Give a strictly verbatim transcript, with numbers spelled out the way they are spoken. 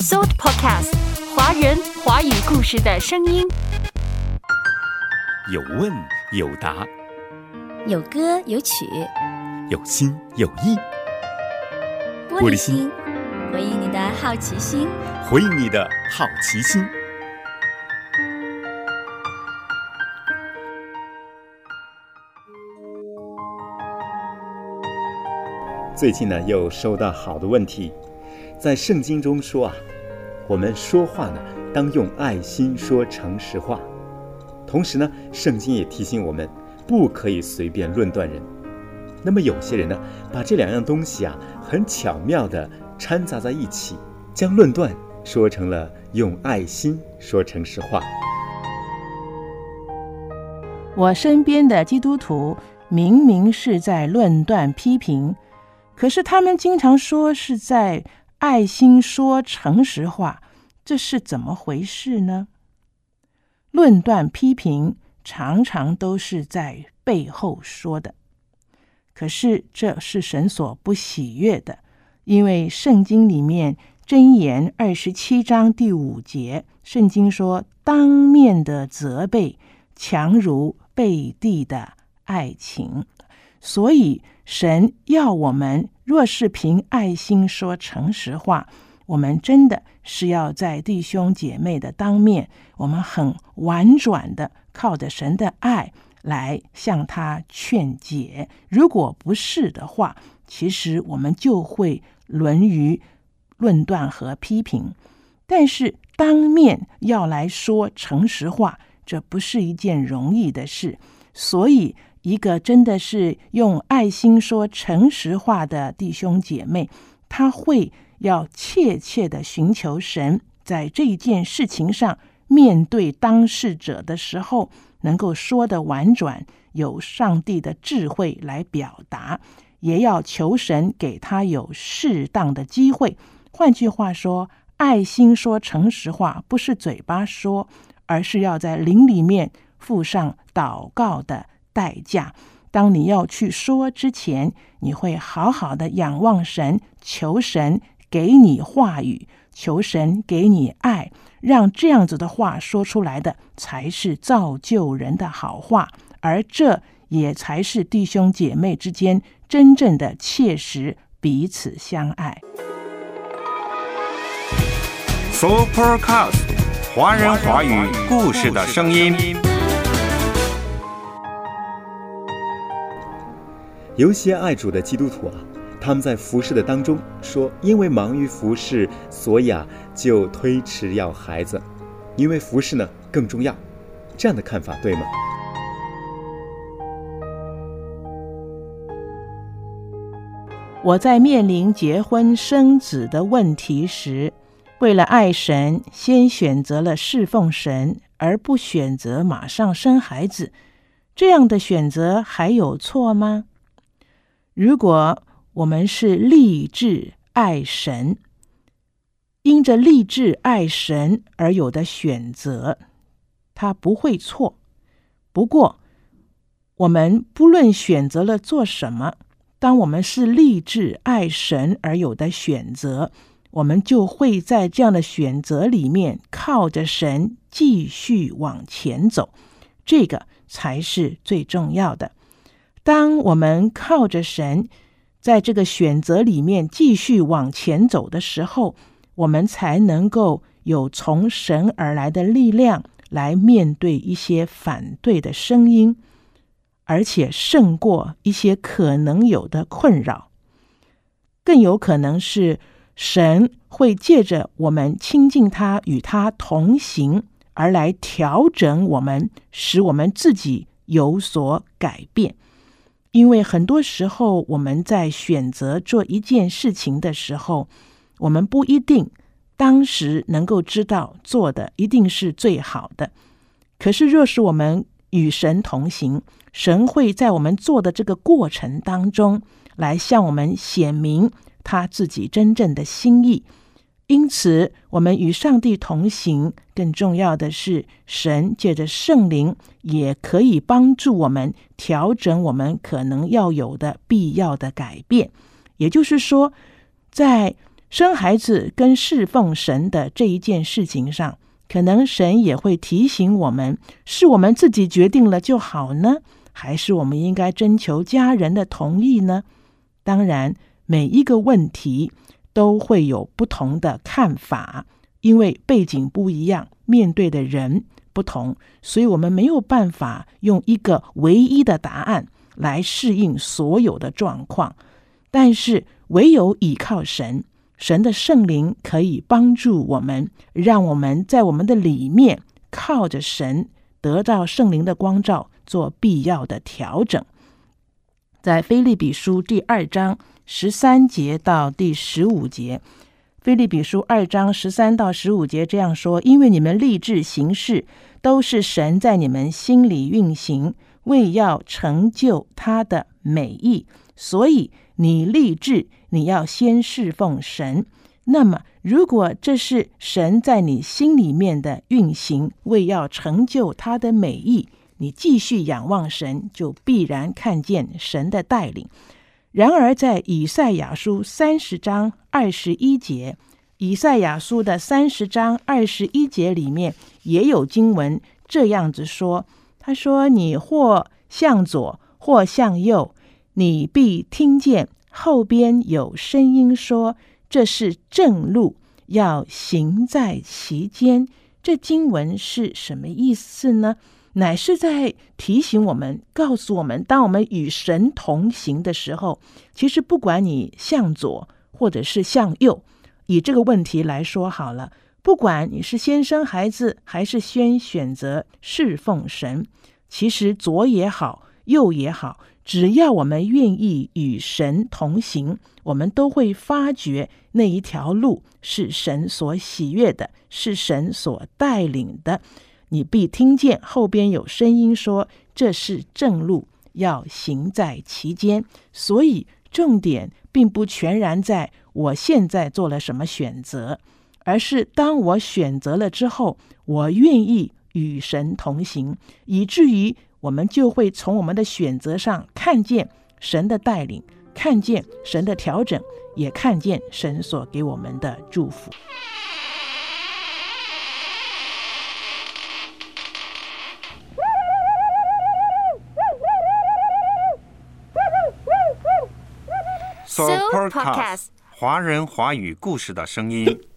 Shout Podcast， 华人华语故事的声音。 有问有答， 有歌有曲， 有心有意。 玻璃心，回应你的好奇心， 回应你的好奇心。最近呢，又收到好的问题。在圣经中说啊，我们说话呢，当用爱心说诚实话。同时呢，圣经也提醒我们，不可以随便论断人。那么有些人呢，把这两样东西啊，很巧妙地掺杂在一起，将论断说成了用爱心说诚实话。 我身边的基督徒明明是在论断批评，可是他们经常说是在爱心说诚实话，这是怎么回事呢？论断批评常常都是在背后说的，可是这是神所不喜悦的，因为圣经里面箴言二十七章第五节，圣经说，当面的责备强如背地的爱情。所以神要我们若是凭爱心说诚实话，我们真的是要在弟兄姐妹的当面，我们很婉转的靠着神的爱来向他劝解。如果不是的话，其实我们就会沦于论断和批评。但是当面要来说诚实话，这不是一件容易的事。所以一个真的是用爱心说诚实话的弟兄姐妹，他会要切切的寻求神，在这件事情上面对当事者的时候，能够说得婉转，有上帝的智慧来表达，也要求神给他有适当的机会。换句话说，爱心说诚实话不是嘴巴说，而是要在灵里面付上祷告的代价。当你要去说之前，你会好好的仰望神，求神给你话语，求神给你爱，让这样子的话说出来的才是造就人的好话，而这也才是弟兄姐妹之间真正的切实彼此相爱。 Supercast 华人华语故事的声音。 有些爱主的基督徒啊，他们在服事的当中说，因为忙于服事，所以啊就推迟要孩子，因为服事呢更重要。这样的看法对吗？ 我在面临结婚生子的问题时，为了爱神，先选择了侍奉神，而不选择马上生孩子。这样的选择还有错吗？如果我们是立志爱神，因着立志爱神而有的选择，它不会错。不过，我们不论选择了做什么，当我们是立志爱神而有的选择，我们就会在这样的选择里面靠着神继续往前走，这个才是最重要的。当我们靠着神在这个选择里面继续往前走的时候，我们才能够有从神而来的力量来面对一些反对的声音，而且胜过一些可能有的困扰。更有可能是神会借着我们亲近他，与他同行，而来调整我们，使我们自己有所改变。因为很多时候我们在选择做一件事情的时候，我们不一定当时能够知道做的一定是最好的。可是若是我们与神同行，神会在我们做的这个过程当中来向我们显明他自己真正的心意。因此我们与上帝同行，更重要的是神借着圣灵也可以帮助我们调整我们可能要有的必要的改变。也就是说，在生孩子跟侍奉神的这一件事情上，可能神也会提醒我们，是我们自己决定了就好呢，还是我们应该征求家人的同意呢？当然，每一个问题都会有不同的看法，因为背景不一样，面对的人不同，所以我们没有办法用一个唯一的答案来适应所有的状况。但是唯有倚靠神，神的圣灵可以帮助我们，让我们在我们的里面靠着神得到圣灵的光照，做必要的调整。在腓立比书第二章十三节到第十五节，腓立比书二章十三到十五节这样说：因为你们立志行事，都是神在你们心里运行，为要成就他的美意。所以你立志，你要先侍奉神。那么如果这是神在你心里面的运行，为要成就他的美意，你继续仰望神，就必然看见神的带领。然而在以赛亚书三十章二十一节，以赛亚书的三十章二十一节里面也有经文这样子说，他说：你或向左或向右，你必听见后边有声音说，这是正路，要行在其间。这经文是什么意思呢？乃是在提醒我们，告诉我们，当我们与神同行的时候，其实不管你向左或者是向右，以这个问题来说好了，不管你是先生孩子还是先选择侍奉神，其实左也好右也好，只要我们愿意与神同行，我们都会发觉那一条路是神所喜悦的，是神所带领的。你必听见后边有声音说，这是正路，要行在其间。所以重点并不全然在我现在做了什么选择，而是当我选择了之后，我愿意与神同行，以至于我们就会从我们的选择上看见神的带领，看见神的调整，也看见神所给我们的祝福。 Soul Podcast 华人华语故事的声音。